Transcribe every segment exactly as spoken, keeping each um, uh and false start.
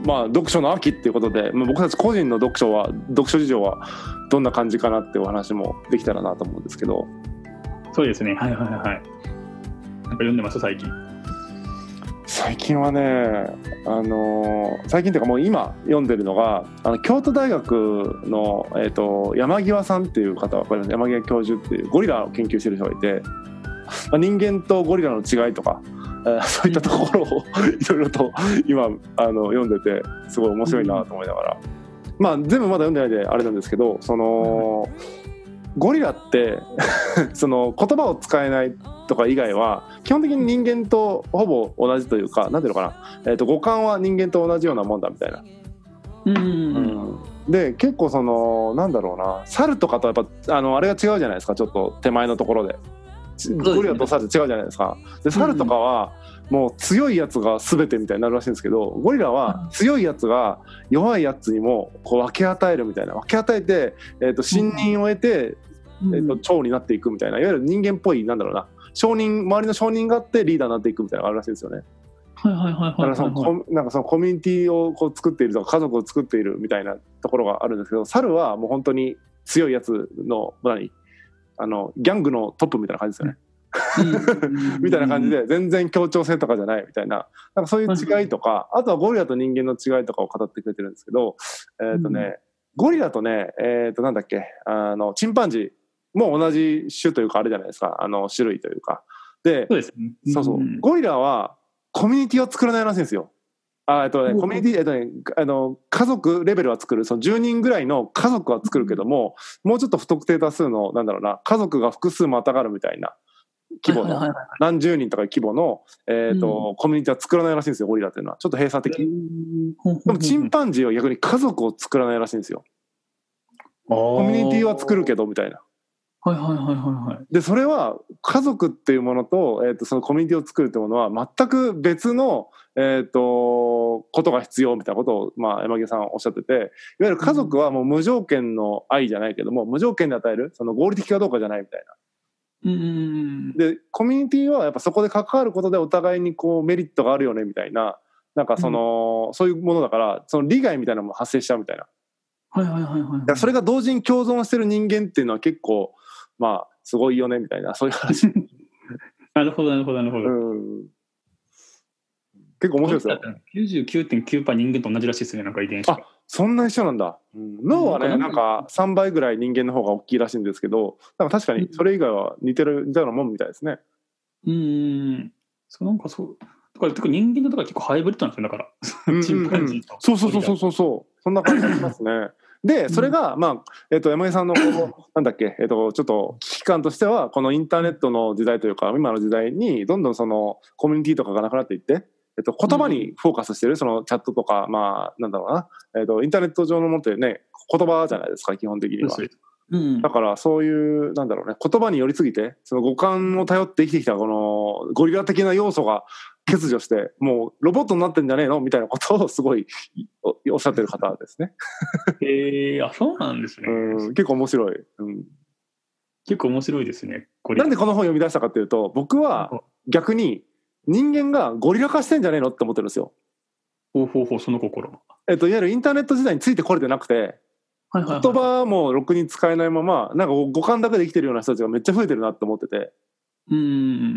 まあ読書の秋っていうことで、まあ、僕たち個人の読書は読書事情はどんな感じかなっていうお話もできたらなと思うんですけど。 そうですね、はいはいはい。なんか読んでます最近。 最近はね、あのー、最近というかもう今読んでるのがあの京都大学の、えー、と山際さんっていう方はこれ山際教授っていうゴリラを研究してる人がいて、まあ、人間とゴリラの違いとか、えー、そういったところをいろいろと今あの読んでてすごい面白いなと思いながら、まあ全部まだ読んでないであれなんですけど、そのゴリラってその言葉を使えないとか以外は基本的に人間とほぼ同じというか、なんていうのかな、えーと五感は人間と同じようなもんだみたいな、 うんうんうんうん、で結構そのなんだろうな、猿とかとやっぱあのあれが違うじゃないですか、ちょっと手前のところでゴリラと猿って違うじゃないですか。で猿とかはもう強いやつが全てみたいになるらしいんですけど、ゴリラは強いやつが弱いやつにもこう分け与えるみたいな、分け与えて、えーと信任を得て、えーと長になっていくみたいな、いわゆる人間っぽいなんだろうな、承認、周りの承認があってリーダーになっていくみたいなのがあるらしいんですよね。 はいはいはいはい、はい、 だからそのコなんかそのコミュニティをこう作っているとか家族を作っているみたいなところがあるんですけど、猿はもう本当に強いやつの何あのギャングのトップみたいな感じですよねみたいな感じで全然協調性とかじゃないみたいな、なんかそういう違いとか、あとはゴリラと人間の違いとかを語ってくれてるんですけど、えっとね、ゴリラとね、えっとなんだっけ、あのチンパンジーも同じ種というかあれじゃないですか、あの種類というかで、 そうですね、 そうそう、ゴリラはコミュニティを作らないらしいんですよ。あ、えっとね、コミュニティ、えっとね、あの家族レベルは作る、そのじゅうにんぐらいの家族は作るけども、もうちょっと不特定多数のなんだろうな、家族が複数またがるみたいな規模の、はいはいはいはい、何十人とか規模の、えーとうん、コミュニティは作らないらしいんですよ、ゴリラっていうのは。ちょっと閉鎖的。でもチンパンジーは逆に家族を作らないらしいんですよ。コミュニティは作るけどみたいな。 はいはいはいはいはい。 でそれは家族っていうものと、えーとそのコミュニティを作るっていうものは全く別の、えーとことが必要みたいなことを、まあ、山際さんはおっしゃってて、いわゆる家族はもう無条件の愛じゃないけども、無条件で与える、その合理的かどうかじゃないみたいな。 うんでコミュニティはやっぱそこで関わることでお互いにこうメリットがあるよねみたいな、なんかその、うん、そういうものだからその利害みたいなのも発生しちゃうみたいな。 はいはいはいはい、はい、 それが同時に共存してる人間っていうのは結構まあすごいよねみたいな、そういう話なるほどなるほどなるほど、 うん、結構面白いですよ。 きゅうじゅうきゅうてんきゅうパーセント 人間と同じらしいですね、なんか遺伝子。 あ、そんな一緒なんだ、うん、脳はね、うん、なんかさんばいぐらい人間の方が大きいらしいんですけど、なんか確かにそれ以外は似てる似たようなもんみたいですね。 うん、そうなんかそうだから結構人間とか結構ハイブリッドなんですよ、だからチンパンジーと、 そうそうそうそうそうそうそんな感じがしますねでそれが、まあえー、と山井さんのなんだっけ、えー、とちょっと危機感としては、このインターネットの時代というか今の時代にどんどんそのコミュニティとかがなくなっていって、えー、と言葉にフォーカスしてる、そのチャットとか、まあなんだろうな、えー、とインターネット上のものってね言葉じゃないですか基本的には。うん、だからそういうなんだろうね、言葉に寄りすぎてその五感を頼って生きてきたこのゴリラ的な要素が欠如してもうロボットになってんじゃねえのみたいなことをすごい お, おっしゃってる方ですね。 へえー、あ、そうなんですね。 うん、結構面白い、うん、結構面白いですね。 なんでこの本読み出したかっていうと、僕は逆に人間がゴリラ化してんじゃねえのって思ってるんですよ。 ほうほうほう、その心。 えっといわゆるインターネット時代についてこれてなくて、言葉もろくに使えないままなんか五感だけで生きてるような人たちがめっちゃ増えてるなって思ってて、 うん、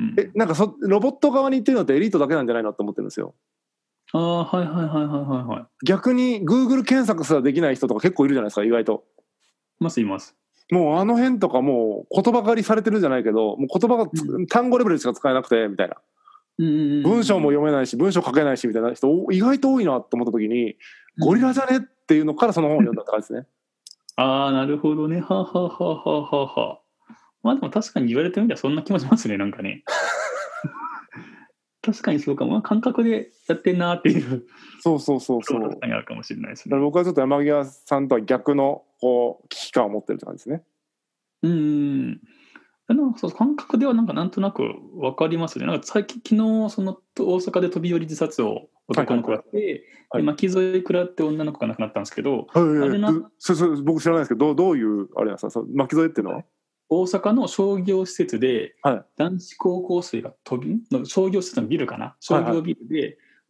えなんかそロボット側に言ってるのってエリートだけなんじゃないのって思ってるんですよ。 ああ、はいはいはいはいはいはい。 逆に Google 検索すらできない人とか結構いるじゃないですか、意外と。 いますいます。 もうあの辺とかもう言葉狩りされてるじゃないけど、もう言葉が、うん、単語レベルしか使えなくてみたいな、うん、文章も読めないし文章書けないしみたいな人意外と多いなと思った時に、ゴリラじゃねっていうのからその本を読んだって感じですね。 ああ、なるほどね。はあ、はあはあはあはあ。まあでも確かに言われてみたらそんな気もしますね、なんかね。確かにそうかも、まあ、感覚でやってんなっていう。そうそうそうそう。確かにあるかもしれないですね。 だから僕はちょっと山際さんとは逆のこう危機感を持ってるって感じですね。 うん。なんかそう感覚ではなんかなんとなく分かりますね。なんか最近昨日その大阪で飛び降り自殺を男の子があって、はいはいはいはい、で巻き添え食らって女の子が亡くなったんですけど、 はいはいはい、あれなそそ僕知らないですけど、どう、どういうあれなんですか、その巻き添えっていうのは。 大阪の商業施設で男子高校生が飛び、はい、商業施設のビルかな、商業ビルで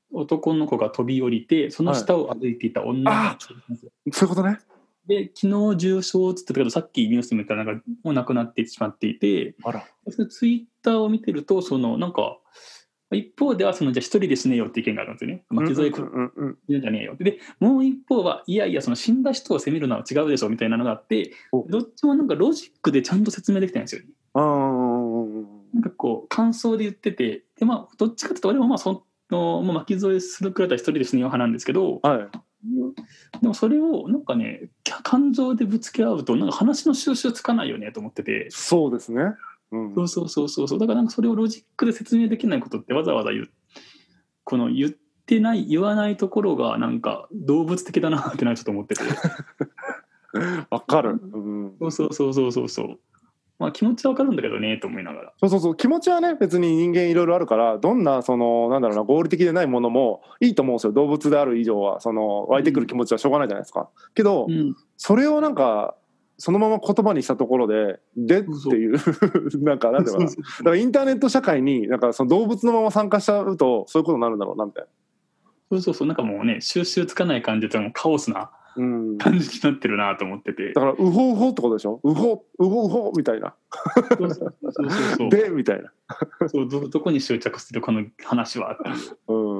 男の子が飛び降りてその下を歩いていた女の子、はい、 そういうことね。 で昨日重傷って言ったけどさっきニュース見たらなんかもう亡くなってしまっていて、 あら、 それツイッターを見てるとそのなんか一方ではそのじゃあ一人で死ねよって意見があるんですよね。巻き添えくるんじゃねえよ。でもう一方はいやいやその死んだ人を責めるのは違うでしょみたいなのがあってどっちもなんかロジックでちゃんと説明できてないんですよね。 あなんかこう感想で言っててで、まあ、どっちかというと俺もまあその、まあ、巻き添えするくらいだったら一人で死ねよ派なんですけど、 はい、 でもそれをなんかね感情でぶつけ合うとなんか話の収集つかないよねと思ってて。 そうですね、 うん、そうそうそうそうそうだからなんかそれをロジックで説明できないことってわざわざ言うこの言ってない言わないところがなんか動物的だなってなちょっと思っててわかる、 うん、そうそうそうそうそうそうまあ気持ちはわかるんだけどねと思いながらそうそうそう気持ちはね別に人間いろいろあるからどんなそのなんだろうな合理的でないものもいいと思うんですよ。動物である以上はその湧いてくる気持ちはしょうがないじゃないですか、けど、うん、それをなんかそのまま言葉にしたところででっていうなんかなんていうかなだからインターネット社会になんかその動物のまま参加しちゃうとそういうことになるんだろうなみたいな。 そうそうそうなんかもうね収集つかない感じでもカオスな感じになってるなと思ってて、 だからウホウホってことでしょ。ウホウホウホみたいなそうそうそうそうでみたいなそう ど, どこに執着するこの話はっていう、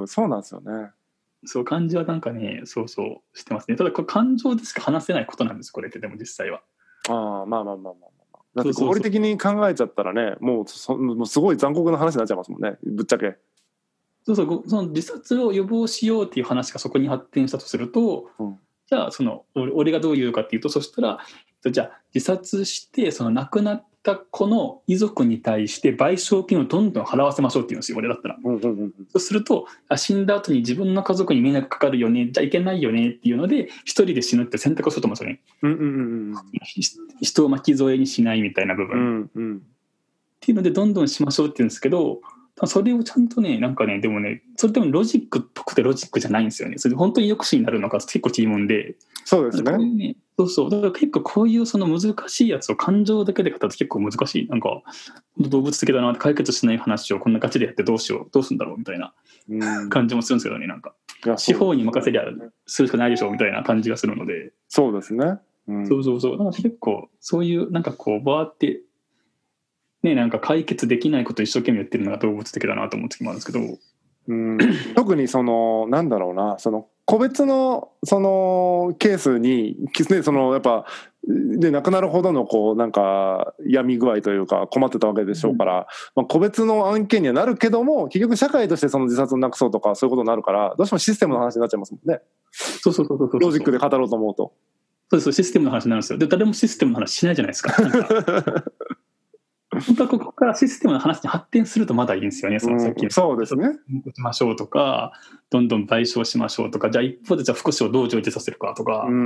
うん、そうなんですよね。 そう感じはなんかねそうそうしてますね。ただこれ感情でしか話せないことなんですこれってでも実際は。 ああまあまあまあまあだって合理的に考えちゃったらねもうそもうすごい残酷な話になっちゃいますもんねぶっちゃけ。 そうそうその自殺を予防しようっていう話がそこに発展したとすると、うん、じゃあその俺がどう言うかっていうとそしたらじゃあ自殺してその亡くなった子の遺族に対して賠償金をどんどん払わせましょうって言うんですよ俺だったら、うんうんうん、そうすると死んだ後に自分の家族に迷惑かかるよねじゃあいけないよねっていうので一人で死ぬって選択をすると思うんですよね、うんうんうん、人を巻き添えにしないみたいな部分、うんうん、っていうのでどんどんしましょうって言うんですけどそれをちゃんとねなんかねでもねそれでもロジックっぽくてロジックじゃないんですよね。それ本当に抑止になるのか結構疑問で。 そうですね。 こういうねそうそうだから結構こういうその難しいやつを感情だけで語って結構難しいなんか動物的だなって解決しない話をこんなガチでやってどうしようどうするんだろうみたいな感じもするんですけどねなんか司法に任せりゃするしかないでしょみたいな感じがするので。 そうですね。 うん、そうそうそうなんか結構そういうなんかこうバーってね、なんか解決できないことを一生懸命言ってるのが動物的だなと思う時もあるんですけど、 うん、特にそのなんだろうなその個別のそのケースに、ね、そのやっぱで亡くなるほどのこうなんか闇具合というか困ってたわけでしょうから、うんまあ、個別の案件にはなるけども結局社会としてその自殺をなくそうとかそういうことになるからどうしてもシステムの話になっちゃいますもんね。 そうそうそうそうそうロジックで語ろうと思うとそうそうシステムの話になるんですよ。で誰もシステムの話しないじゃないですか。なんか本当はここからシステムの話に発展するとまだいいんですよね。そのさっきの、 うん、そうですね。 打ちましょうとかどんどん賠償しましょうとかじゃあ一方でじゃあ福祉をどう充実させるかとか、うん、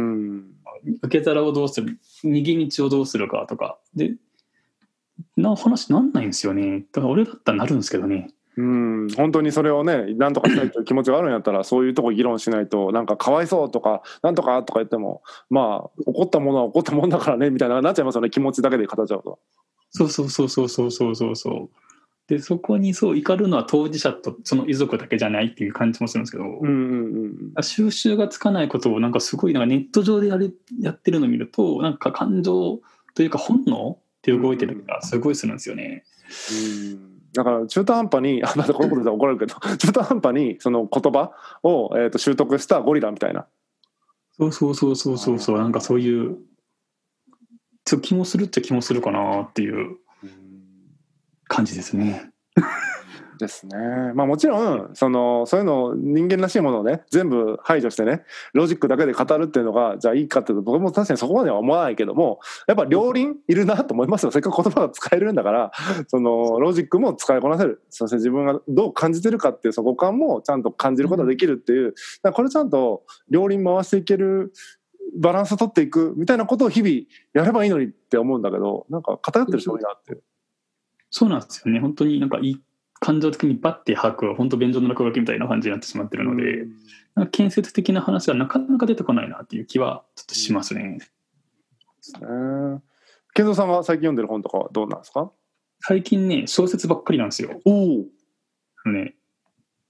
受け皿をどうする逃げ道をどうするかとかでな話なんないんですよね。だから俺だったらなるんですけどね。 うん本当にそれをねなんとかしたいという気持ちがあるんやったらそういうとこ議論しないとなんかかわいそうとかなんとかとか言ってもまあ起こったものは起こったもんだからねみたいななっちゃいますよね気持ちだけで語っちゃうと。 そうそうそうそうそうそうそうそうでそこにそう怒るのは当事者とその遺族だけじゃないっていう感じもするんですけど、うんうんうん、収集がつかないことをなんかすごいなんかネット上でやれやってるのを見るとなんか感情というか本能って動いてるのがすごいするんですよね。 うんうんだから中途半端にあまたこのことで怒られるけど中途半端にその言葉を、えー、と習得したゴリラみたいなそうそうそうそうそうそうなんかそういうちょっと気もするっちゃ気もするかなっていう感じですね。 ですね。まあもちろんそのそういうの人間らしいものをね全部排除してねロジックだけで語るっていうのがじゃあいいかっていうと僕も確かにそこまでは思わないけどもやっぱ両輪いるなと思いますよ。せっかく言葉が使えるんだからそのロジックも使いこなせるそして自分がどう感じてるかっていうそこ感もちゃんと感じることができるっていうだからこれちゃんと両輪回していけるバランスを取っていくみたいなことを日々やればいいのにって思うんだけどなんか偏ってる人多いなっていう。 そうなんですよね。本当になんかいい感情的にバッて吐く本当便所の落書きみたいな感じになってしまってるので、うん、なんか建設的な話はなかなか出てこないなっていう気はちょっとしますね。 うん、健三さんは最近読んでる本とかはどうなんですか？ 最近ね小説ばっかりなんですよ。 おお。 ね、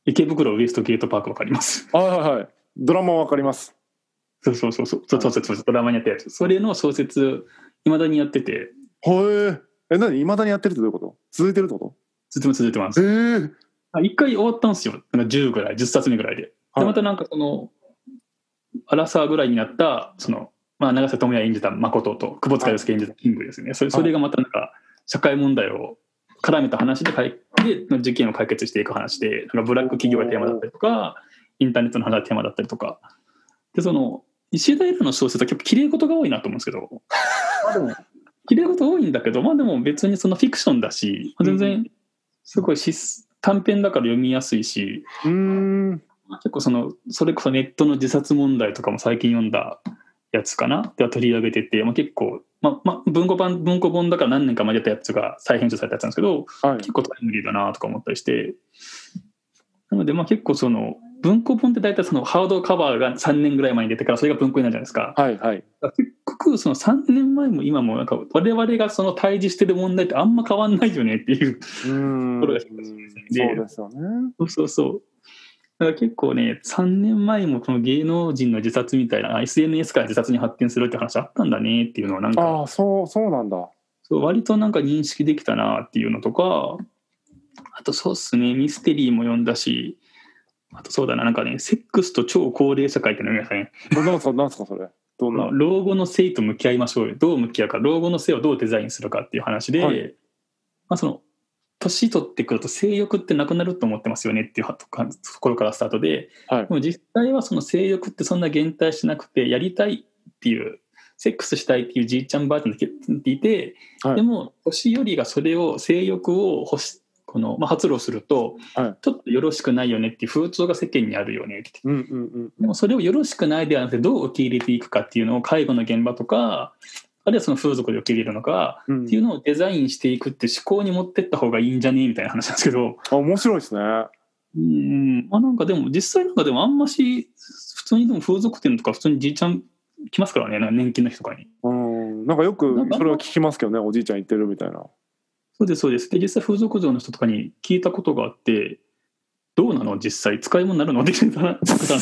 池袋ウエストゲートパークわかります？ はいはいはい。ドラマわかります。 そうそうそうそうそうそうそう、ドラマにやったやつ。それの小説いまだにやってて。 へえ。え、何いまだにやってるってどういうこと？続いてるってこと？ 続いてます続いてます。 えー、 一回終わったんですよ。なんかじゅうぐらい、じゅっさつめぐらいで。でまたなんかそのアラサーぐらいになったその、まあ、長瀬智也演じた誠と久保塚洋介演じたキングですね。それそれがまたなんか社会問題を絡めた話でで事件を解決していく話で、なんかブラック企業がテーマだったりとか、インターネットの話がテーマだったりとかで、その石田エラの小説は結構綺麗事が多いなと思うんですけど、まあでも綺麗事多いんだけど、まあでも別にそのフィクションだし、全然すごい短編だから読みやすいし、 うーん、 結構そのそれこそネットの自殺問題とかも最近読んだやつかなでは取り上げてて、まあ、結構、まあまあ、文庫版文庫本だから何年か前に出たやつが再編集されたやつなんですけど、はい、結構タイムリーだなとか思ったりして、なのでまあ結構その文庫本って大体そのハードカバーがさんねんぐらい前に出てからそれが文庫になるじゃないですか。 はいはい、 結局そのさんねんまえも今もなんか我々がその対峙してる問題ってあんま変わんないよねっていうところがそうですよね。 そうそうそうだから結構ね、さんねんまえもこの芸能人の自殺みたいな エスエヌエス から自殺に発展するって話あったんだねっていうのはなんか、 ああ、そうそうなんだ。 そう割となんか認識できたなっていうのとか、あとそうっすね、ミステリーも読んだし、あとそうだな、なんかね、セックスと超高齢社会ってのがね、 なんすかなんすかそれ。どんな老後の性と向き合いましょうよ、どう向き合うか、老後の性をどうデザインするかっていう話で、はい、まあその年取ってくると性欲ってなくなると思ってますよねっていうところからスタートで、はい、でも実際はその性欲ってそんな減退しなくて、やりたいっていうセックスしたいっていうじいちゃんばあちゃんっていて、はい、でも年寄りがそれを性欲を欲しこの、まあ、発露すると、はい、ちょっとよろしくないよねっていう風潮が世間にあるよねって、うんうんうん、でもそれをよろしくないではなくてどう受け入れていくかっていうのを介護の現場とかあるいはその風俗で受け入れるのかっていうのをデザインしていくって思考に持ってった方がいいんじゃねみたいな話なんですけど、 あ、面白いですね。 うん、まあなんかでも実際なんかでもあんまし普通にでも風俗店とか普通にじいちゃん来ますからね、なんか年金の日とかに。 うん、なんかよくそれは聞きますけどね、おじいちゃん行ってるみたいな。 そうですそうです。で実際風俗嬢の人とかに聞いたことがあって、どうなの実際使い物になるのって言ってたんです。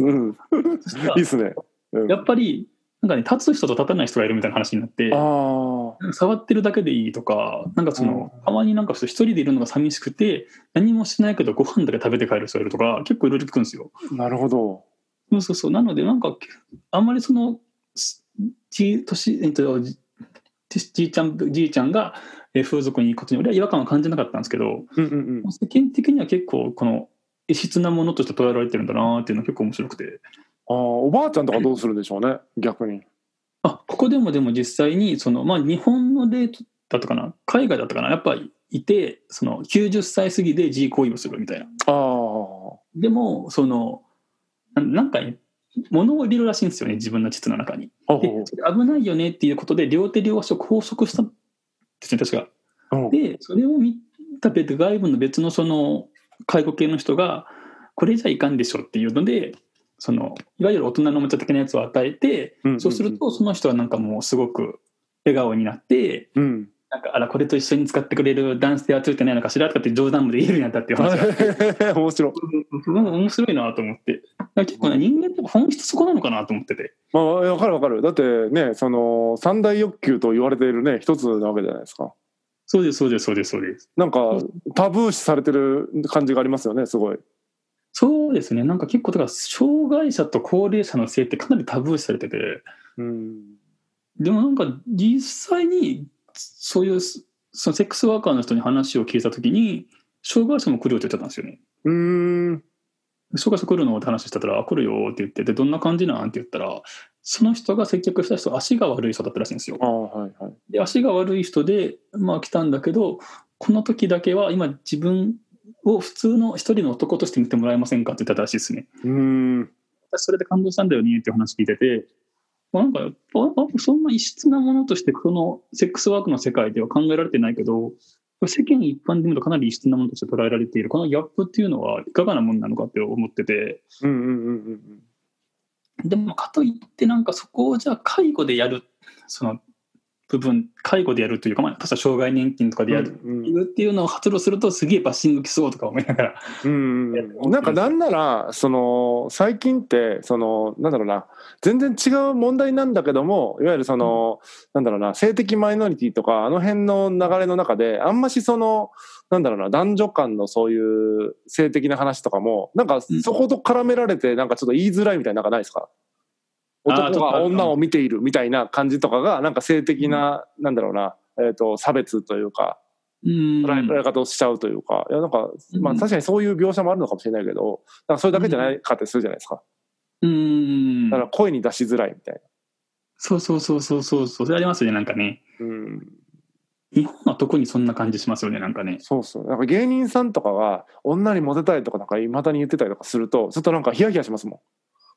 うん、 いいですね。 うん、やっぱりなんかね、立つ人と立たない人がいるみたいな話になって、あ触ってるだけでいいとか、なんかそのたまになんか一人でいるのが寂しくて何もしないけどご飯だけ食べて帰る人がいるとか結構いろいろ聞くんですよ。 なるほど。 そうそうそう。なのでなんかあんまりそのじ年、えっと、じじいちゃんじいちゃんが風俗に行くことに俺は違和感は感じなかったんですけど、うんうんうん、世間的には結構この異質なものとして捉えられてるんだなっていうのが結構面白くて。 あ、おばあちゃんとかどうするんでしょうね逆に。 あ、ここでもでも実際にその、まあ、日本の例だったかな、海外だったかな、やっぱりいてそのきゅうじゅっさい過ぎで自慰行為をするみたいな。あでもそのなんか、ね、物を入れるらしいんですよね、自分の膣の中に。でそれ危ないよねっていうことで両手両足を拘束したんですね確か。でそれを見た別外部の別のその介護系の人がこれじゃいかんでしょっていうので、そのいわゆる大人のおもちゃ的なやつを与えて、うんうんうん、そうするとその人はなんかもうすごく笑顔になって、うん、なんかあらこれと一緒に使ってくれる男性はついてないのかしらとかって冗談もで言えるんやったっていう話が面白い面白いなと思って、結構、ね、人間って本質そこなのかなと思ってて。 まあ分かる分かる。だってね、その三大欲求と言われているね一つなわけじゃないですか。 そうですそうですそうですそうです。 なんかタブー視されてる感じがありますよね、すごい。 そうですね、なんか結構だから障害者と高齢者の性ってかなりタブー視されてて、うん、でもなんか実際にそういうそのセックスワーカーの人に話を聞いたときに障害者も来るよって言ってたんですよね。うーん、障害者来るのって話してたら来るよって言ってて、どんな感じなんって言ったらその人が接客した人は足が悪い人だったらしいんですよ。あ、はいはい、で足が悪い人で、まあ、来たんだけどこの時だけは今自分を普通の一人の男として見てもらえませんかって言ったらしいですね。うーん、私それで感動したんだよねっていう話聞いてて、まあ、なんかやっぱそんな異質なものとしてこのセックスワークの世界では考えられてないけど世間一般で見るとかなり異質なものとして捉えられているこのギャップっていうのはいかがなものなのかって思ってて、うんうんうんうん、でもかといってなんかそこをじゃあ介護でやるその部分介護でやるというか、まあ、確か障害年金とかでやるっていうのを発動するとすげえバッシングきそうとか思いながら、 うんうん、なんかなんならその最近ってそのなんだろうな全然違う問題なんだけどもいわゆるその、うん、なんだろうな性的マイノリティとかあの辺の流れの中であんましそのなんだろうな男女間のそういう性的な話とかもなんかそこと絡められてなんかちょっと言いづらいみたいななんかないですか？男が女を見ているみたいな感じとかがなんか性的な、うん、なんだろうな、えーと、差別というか捉え方をしちゃうというかいやなんか、まあ、確かにそういう描写もあるのかもしれないけどなんかそれだけじゃないかってするじゃないですか。 うんだから声に出しづらいみたいな。 そうそうそうそうそうそれありますよねなんかね。うん日本は特にそんな感じしますよねなんかね。 そうそうなんか芸人さんとかが女にモテたいとかなんかいまだに言ってたりとかするとちょっとなんかヒヤヒヤしますもん。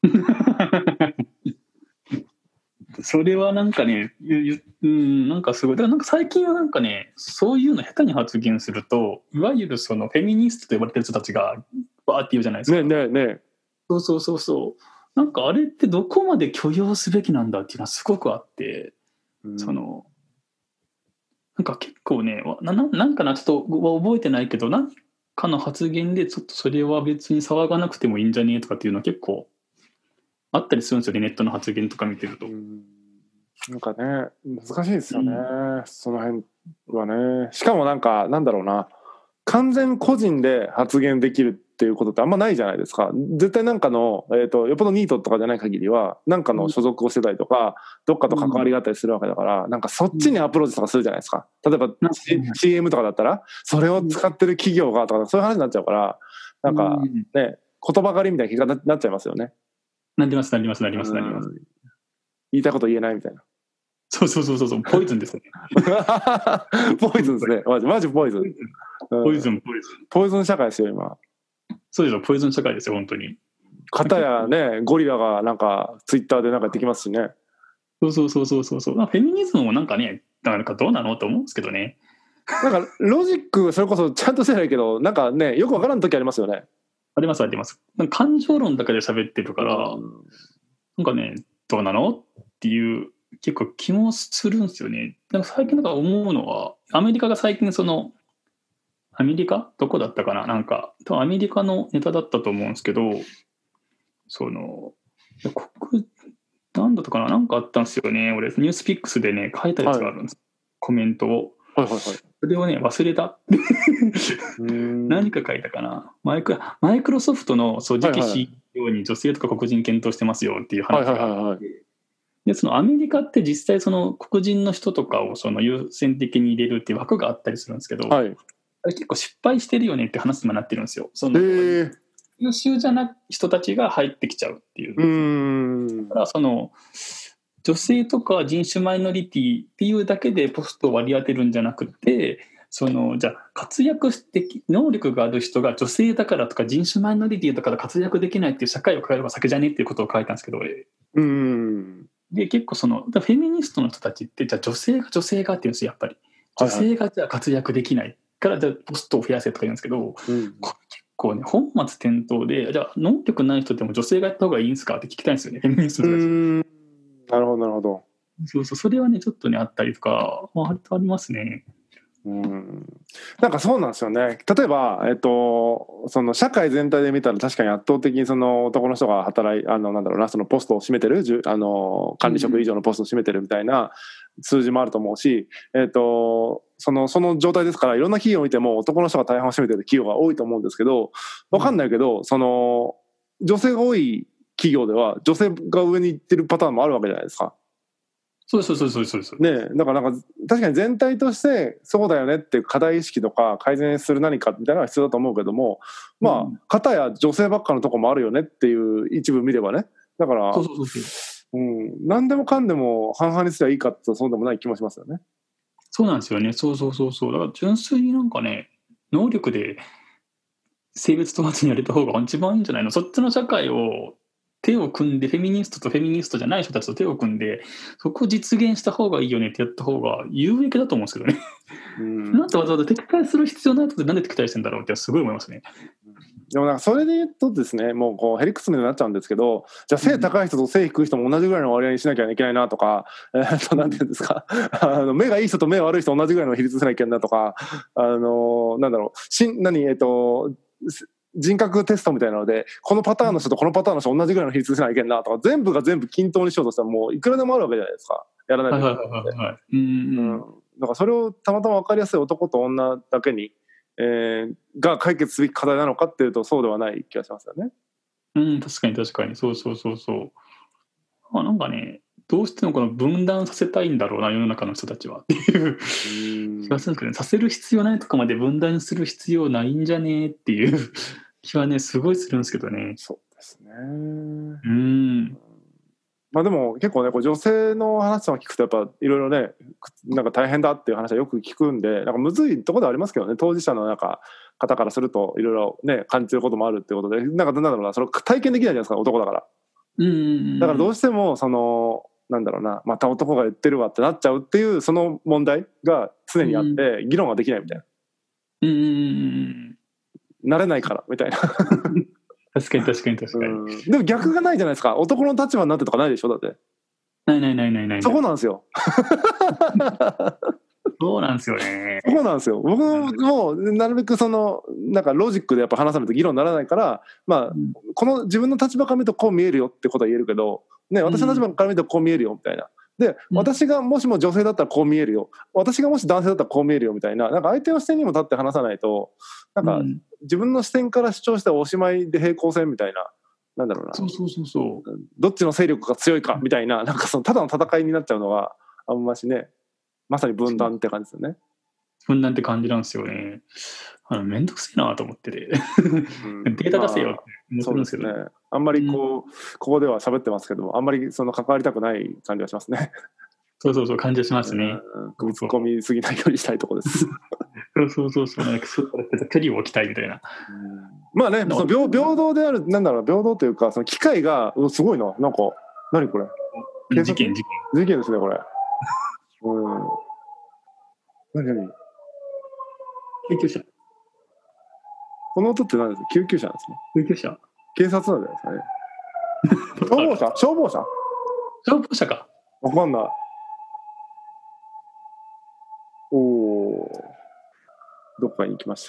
それはなんかね、うん、なんかすごい。だからなんか最近はなんかね、そういうの下手に発言すると、いわゆるそのフェミニストと呼ばれてる人たちがバーって言うじゃないですか。 ねえねえねえ。 そうそうそうそう。なんかあれってどこまで許容すべきなんだっていうのはすごくあって、うん、そのなんか結構ねな、なんかなちょっと覚えてないけど、なんかの発言でちょっとそれは別に騒がなくてもいいんじゃねえとかっていうのは結構あったりするんですよね、ネットの発言とか見てると。 うんなんかね難しいですよね、うん、その辺はね。しかもなんかなんだろうな完全個人で発言できるっていうことってあんまないじゃないですか。絶対なんかの、えーと、よっぽどニートとかじゃない限りはなんかの所属をしてたりとか、うん、どっかと関わりがあったりするわけだから、うん、なんかそっちにアプローチとかするじゃないですか。例えば、うん、シーエム とかだったらそれを使ってる企業がとかそういう話になっちゃうからなんかね言葉狩りみたいな気がなっちゃいますよね。 なりますなりますなりますなります。 言いたいこと言えないみたいな。 そうそうそうそうポイズンですね。 ポイズンですね。マジマジポイズン。 ポイズンポイズン。 ポイズン社会ですよ今。 そうですよポイズン社会ですよ本当に。 片やねゴリラがなんかツイッターでなんかやってきますしね。 そうそうそうそうそうそう。フェミニズムもなんかねなんかどうなのと思うんですけどね。 なんかロジックそれこそちゃんとしてないけどなんかねよくわからん時ありますよね。 ありますあります。感情論だけで喋ってるから、うん、なんかねどうなのっていう結構気もするんですよね。なんか最近なんか思うのはアメリカが最近そのアメリカどこだったかななんか多分アメリカのネタだったと思うんですけどその国なんだったかななんかあったんですよね。俺ニュースピックスでね書いたやつがあるんです、はい、コメントを。 はいはいはい、 それをね忘れた何か書いたかなマイクマイクロソフトのそう次期 シーイーオー に女性とか黒人検討してますよっていう話があって、はいはいはいはい、でそのアメリカって実際その黒人の人とかをその優先的に入れるっていう枠があったりするんですけど、はい、あれ結構失敗してるよねって話にもなってるんですよ。その優秀じゃない人たちが入ってきちゃうっていう。うーんだからその女性とか人種マイノリティっていうだけでポストを割り当てるんじゃなくてそのじゃあ活躍して能力がある人が女性だからとか人種マイノリティだから活躍できないっていう社会を変えれば先じゃねっていうことを書いたんですけど俺うーんで結構そのフェミニストの人たちってじゃあ女性が女性がっていうんですよやっぱり女性がじゃあ活躍できないからじゃあポストを増やせとか言うんですけど、うん、結構ね本末転倒でじゃあ能力ない人でも女性がやった方がいいんですかって聞きたいんですよねフェミニストの人たち。うーんなるほどなるほど。 そうそうそれはねちょっとねあったりとか、まあ、ありますね。 うんなんかそうなんですよね。例えば、えっと、その社会全体で見たら確かに圧倒的にその男の人が働いあのなんだろうなそのポストを占めてるあの管理職以上のポストを占めてるみたいな数字もあると思うし、えっと、そのその状態ですからいろんな企業を見ても男の人が大半を占めてる企業が多いと思うんですけど分かんないけどその女性が多い企業では女性が上に行ってるパターンもあるわけじゃないですか。 そうそうそうそうそうそう。 ね、だからなんか確かに全体としてそうだよねっていう課題意識とか改善する何かみたいなのが必要だと思うけども、まあ片や女性ばっかのとこもあるよねっていう一部見ればね。だからそうそうそうそう、うん、何でもかんでも半々にすればいいかってそうでもない気もしますよね。 そうなんですよね。そうそうそうそう。だから純粋になんかね能力で性別問わずにやれた方が一番いいんじゃないの。そっちの社会を手を組んでフェミニストとフェミニストじゃない人たちと手を組んでそこを実現した方がいいよねってやった方が有益だと思うんですけどね。うんなんでわざわざ敵対する必要ないことでなんで敵対してんだろうってすごい思いますね。 でもなんかそれで言うとですね、もうこうヘリクツみたいになっちゃうんですけど、じゃあ背高い人と背低い人も同じぐらいの割合にしなきゃいけないなとか、えー、となんていうんですかあの目がいい人と目悪い人同じぐらいの比率しなきゃいけないなとか、あのなんだろうしん何えっ、ー、と人格テストみたいなのでこのパターンの人とこのパターンの人同じぐらいの比率しなきゃいけないなとか、全部が全部均等にしようとしたらもういくらでもあるわけじゃないですか、やらないといけないので、だからそれをたまたま分かりやすい男と女だけにえー、が解決すべき課題なのかっていうとそうではない気がしますよね。 うん、確かに確かにそうそうそうそう。まあなんかね、どうしてもこの分断させたいんだろうな世の中の人たちはっていう気がするんですけどね。させる必要ないとかまで分断する必要ないんじゃねっていう気はねすごいするんですけどね。 そうですね。 うん。 まあでも結構ねこう女性の話を聞くとやっぱいろいろねなんか大変だっていう話はよく聞くんで、なんかむずいところではありますけどね、当事者のなんか方からするといろいろね感じることもあるっていうことで、なんかなんだろうな、それ体験できないじゃないですか、男だから。 うんうんうん、 だからどうしてもそのなんだろうな、また男が言ってるわってなっちゃうっていうその問題が常にあって議論ができないみたいな。 うんうんうん、 なれないからみたいな確かに確かに確かに。 でも逆がないじゃないですか、男の立場になってとかないでしょ、だって。 ないないないないない。 そこなんですよそうなんですよね。 そこなんですよ。僕もなるべくそのなんかロジックでやっぱ話さないと議論にならないから、まあ、うん、この自分の立場から見るとこう見えるよってことは言えるけど、ね、私の立場から見るとこう見えるよみたいな。で、私がもしも女性だったらこう見えるよ、私がもし男性だったらこう見えるよみたいな、なんか相手の視点にも立って話さないと、なんか自分の視点から主張しておしまいで平行線みたいな、なんだろうな、 そうそうそうそう、 どっちの勢力が強いかみたいな、なんかそのただの戦いになっちゃうのがあんましね、まさに分断って感じですよね。 分断って感じなんですよね。あのめんどくせえなと思ってて、うん、データ出せよって思ってるんですけど、 まあ、そうですね。あんまりこう、うん、ここでは喋ってますけども、あんまりその関わりたくない感じがしますね。 そうそうそう、感じがしますね。 組み突っ込みすぎないようにしたいところです。 そうそうそうそう、なんかそう距離を置きたいみたいな。 うん、まあね、その 平, 平等である、なんだろう、平等というか、その機会がすごいな、なんか何これ。 事件事件事件ですねこれ。うん。何何。 救急車。 この音って何ですか？救急車なんですね。 救急車。 警察なんじゃないですかね。消防車？消防車？ 消防車か。 わかんない。おお。どっかに行きました。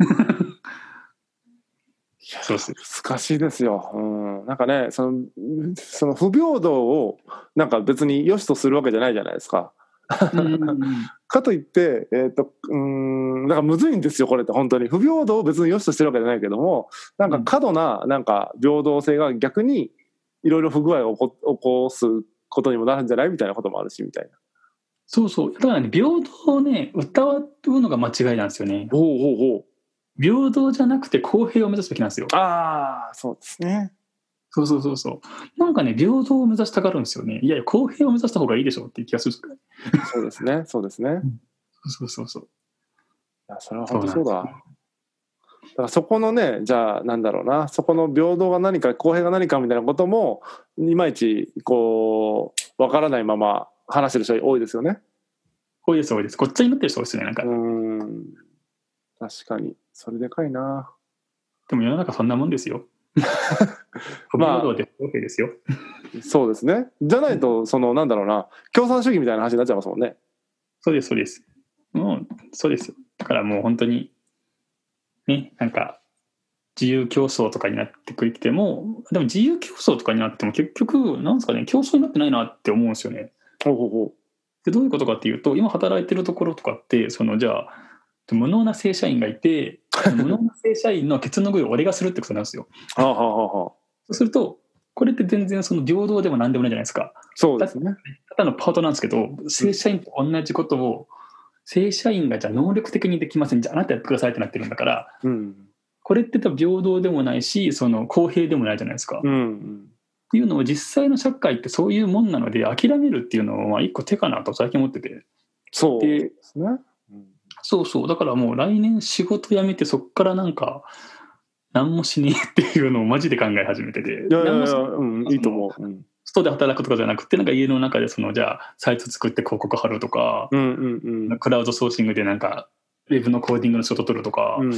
そうです。難しいですよ。うん。なんかね、そのその不平等をなんか別に良しとするわけじゃないじゃないですか。かといって、えーと、うーん、なんかむずいんですよこれって本当に。不平等を別に良しとしてるわけじゃないけども、なんか過度ななんか平等性が逆にいろいろ不具合を起こ、起こすことにもなるんじゃないみたいなこともあるしみたいな。 そうそう、だからね、平等をね歌うのが間違いなんですよね。 ほうほうほう。 平等じゃなくて公平を目指すべきなんですよ。 ああ、そうですね。 そうそうそうそう。なんかね、平等を目指したがるんですよね。いやいや、公平を目指した方がいいでしょっていう気がする。 そうですね、そうですね。うん、 そうそうそう。 いや、それは本当そうだ。だからそこのね、じゃあなんだろうな、そこの平等が何か公平が何かみたいなこともいまいちこうわからないまま話してる人多いですよね。 多いです多いです。ごっちゃになってる人多いですね、なんか。 うーん、確かにそれでかいな。 でも世の中そんなもんですよ。不平等で OK ですよ。 そうですね。じゃないとそのなんだろうな、共産主義みたいな話になっちゃいますもんね。 そうですそうです。もうそうですよ。だからもう本当にね、なんか自由競争とかになってくきても、でも自由競争とかになっても結局なんですかね、競争になってないなって思うんですよね。 ほうほうほう。 でどういうことかっていうと、今働いてるところとかってそのじゃあ無能な正社員がいて、無能な正社員のケツの上を俺がするってことなんですよ。 はあはあはあ。 そうするとこれって全然その平等でも何でもないじゃないですか。 そうですね。 ただのパートなんですけど、正社員と同じことを、うん、正社員がじゃあ能力的にできません、じゃああなたやってくださいってなってるんだから、うん、これって多分平等でもないし、その公平でもないじゃないですか。うんうん、っていうのを実際の社会ってそういうもんなので、諦めるっていうのは一個手かなと最近思ってて。 そうですね。 うん、そうそう。だからもう来年仕事辞めてそっからなんか何もしねえっていうのをマジで考え始めてて。 いやいやいや、うん、いいと思う。うん、 外で働くとかじゃなくて、なんか家の中でそのじゃあサイト作って広告貼るとか、うんうんうん、クラウドソーシングでなんかウェブのコーディングの仕事取るとか、うん、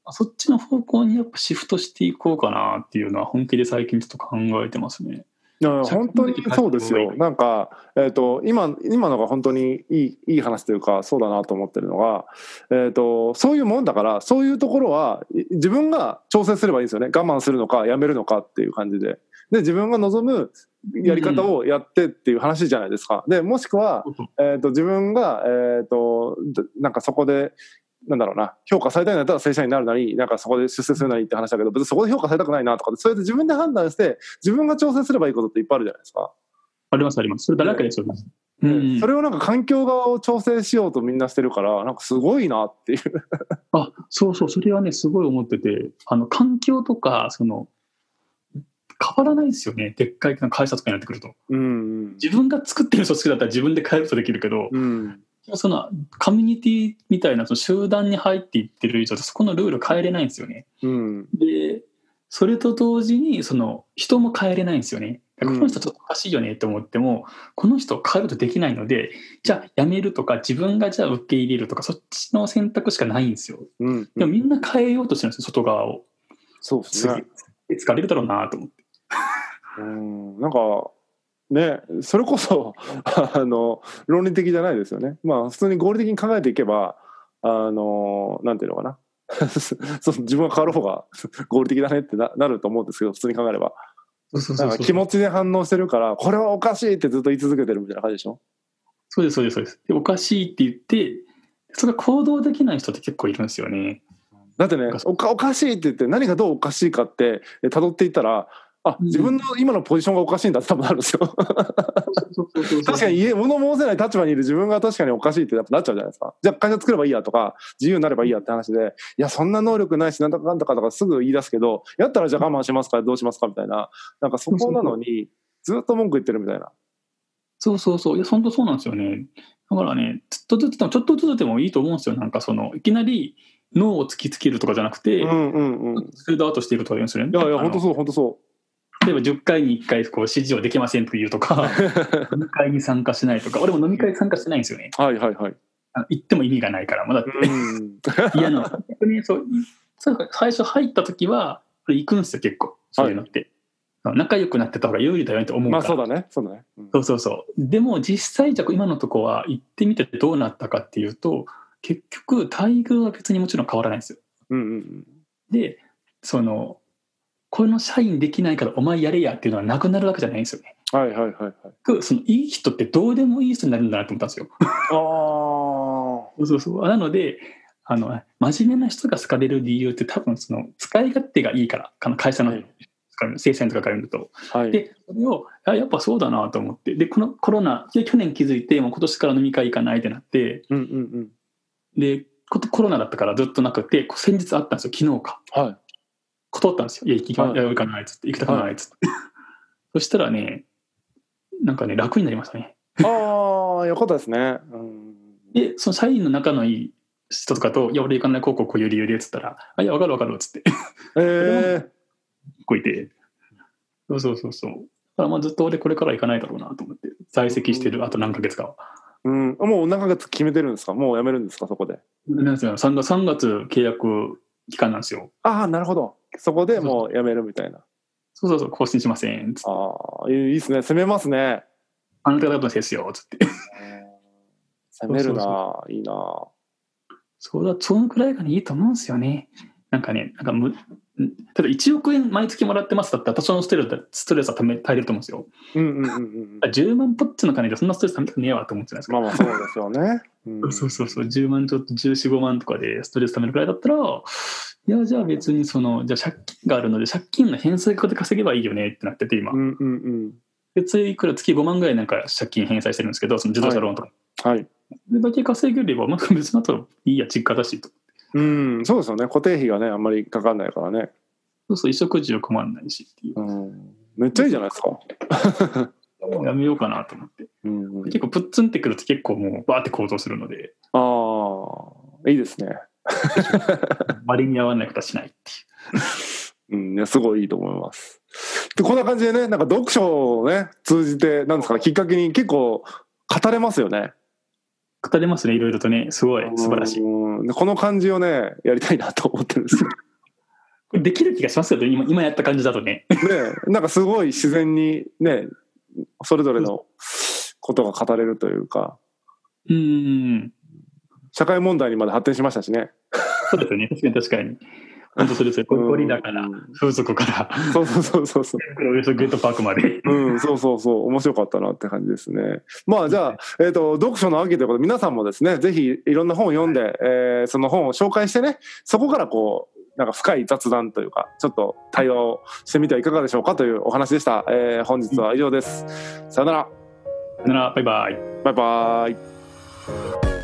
そっちの方向にやっぱシフトしていこうかなっていうのは本気で最近ちょっと考えてますね。 いや本当にそうですよ。なんか、えーと、今, 今のが本当にいい、いい話というかそうだなと思ってるのが、えーと、そういうもんだからそういうところは自分が調整すればいいんですよね。我慢するのかやめるのかっていう感じで、で自分が望むやり方をやってっていう話じゃないですか。でもしくは、えーと、自分が、えーと、なんかそこでなんだろうな、評価されたいんだったら正社員になるなり、なんかそこで出世するなりって話だけど、別にそこで評価されたくないなとか、それで自分で判断して自分が調整すればいいことっていっぱいあるじゃないですか。 ありますあります。それだらけですよね。 うん、それをなんか環境側を調整しようとみんなしてるから、なんかすごいなっていうあ、そうそう、それはねすごい思ってて、あの環境とかその変わらないですよね。でっかい会社とかになってくると、うんうん、自分が作ってる組織だったら自分で変えることできるけど、うん、そのコミュニティみたいなその集団に入っていってる以上そこのルール変えれないんですよね、うん、でそれと同時にその人も変えれないんですよね。この人ちょっとおかしいよねと思っても、うん、この人を変えるとできないので、じゃあ辞めるとか自分がじゃあ受け入れるとかそっちの選択しかないんですよ、うんうん、でもみんな変えようとしてるんですよ外側を。 そうですね。 疲れるだろうなと思ってうんなんかね、それこそあの論理的じゃないですよね。まあ普通に合理的に考えていけば、あのなんていうのかなそう自分が変わる方が合理的だねって な, なると思うんですけど、普通に考えればなんか気持ちで反応してるからこれはおかしいってずっと言い続けてるみたいな感じでしょ。 そうですそうですそうです。でおかしいって言ってそれが行動できない人って結構いるんですよね。 だってね お, かおかしいって言って何がどうおかしいかって辿っていったら、あ、自分の今のポジションがおかしいんだって多分なるんですよ確かに家物申せない立場にいる自分が確かにおかしいってやっぱなっちゃうじゃないですか。じゃあ会社作ればいいやとか自由になればいいやって話で、いやそんな能力ないしなんだかなんだかとかすぐ言い出すけど、やったらじゃあ我慢しますかどうしますかみたいな、なんかそこなのにずっと文句言ってるみたいな。 そうそうそう、いや本当そうなんですよね。だからねちょっとずつでもちょっとずつでもいいと思うんですよ。なんかそのいきなり脳を突きつけるとかじゃなくて、うんうんうん、スピードアウトしていくとか言うんですよね。 いやいや本当そう本当そう。 例えばじゅっかいにいっかいこう指示をできませんと言うとか飲み会に参加しないとか。俺も飲み会参加してないんですよね。 はいはいはい。 あの行っても意味がないからまだって嫌なの。そう最初入った時は行くんですよ結構そういうのって、はい、仲良くなってた方が有利だよねって思うから。 まあそうだねそうだね、 うん、そうそうそう。でも実際じゃ今のとこは行ってみてどうなったかっていうと結局待遇は別にもちろん変わらないんですよ、うんうんうん、でそのこの社員できないからお前やれやっていうのはなくなるわけじゃないんですよね。 はいはいはいはい。 そのいい人ってどうでもいい人になるんだなと思ったんですよああそうそう。なのであの真面目な人が好かれる理由って多分その使い勝手がいいから、会社の、はい、正社員とかから見ると、はい、でそれをやっぱそうだなと思って、でこのコロナで去年気づいてもう今年から飲み会行かないってなって、うんうんうん、でコロナだったからずっとなくて先日あったんですよ昨日か、はい、断ったんですよ。いや行かない、行かないっつって、行きたくないっつって、はい、そしたらねなんかね楽になりましたね。 ああよかったですね、うん、 でその社員の仲のいい人とかと「いや俺行かないこうこうこういう理由で」っつったら「あいや分かる分かる」っつってえーこいて、そうそうそうそう。だからまあずっと俺これから行かないだろうなと思って在籍してる、うん、あと何ヶ月かは、 うん、もう何ヶ月決めてるんですか。もう辞めるんですかそこで。 なんですよ、さんがつ契約期間なんですよ。 ああなるほど、そこでもう辞めるみたいな。 そうそうそう更新しませんっつって。 ああいいですね、攻めますね。 あなた方のせいですよっつって攻めるな。そうそうそういいな。 そうだそのくらいがいいと思うんですよね。なんかねなんかむ例えばいちおくえん毎月もらってますだったら多少のストレスストレスはため耐えれると思うんですよ、うんうんうんうん、じゅうまんポッチの金でそんなストレスためたくねえわと思ってないですか。 まあまあそうですよね、 うん、そうそうそうじゅうまんちょっとじゅうよん、ごまんとかでストレスためるくらいだったらいやじゃあ別にそのじゃあ借金があるので借金の返済額で稼げばいいよねってなってて今、うんうんうん、で次いくら月ごまんぐらいなんか借金返済してるんですけどその自動車ローンとか、はいはい、でだけ稼げればまあ別にあといいや実家だしと。 うんそうですよね、固定費がねあんまりかかんないからね。 そうそう衣食住困らないしっていう、うん、 めっちゃいいじゃないですかやめようかなと思って、うんうん、結構プッツンってくると結構もうバーって行動するので、 ああいいですね割に合わないことはしないっていう、うん、いやすごいいいと思います。でこんな感じでねなんか読書をね通じてなんですかきっかけに結構語れますよね。 語れますねいろいろとねすごい素晴らしい。うんうん、この感じをねやりたいなと思ってるんですよ。 これできる気がしますよね、今、今やった感じだとね。 ね、なんかすごい自然にねそれぞれのことが語れるというか、 うん、 社会問題にまで発展しましたしね。 そうですよね、確かに確かに。本当そうですよ、ゴリラから風俗から、 そうそうそうそうそう、 ゲートパークまで、 うん、そうそうそう、面白かったなって感じですね。まあじゃあ、えーと、読書の秋ということで皆さんもですね、ぜひいろんな本を読んで、はい、えー、その本を紹介してね、そこからこうなんか深い雑談というかちょっと対話をしてみてはいかがでしょうかというお話でした。えー、本日は以上です。さよなら。 さよなら、バイバイ。 バイバイ。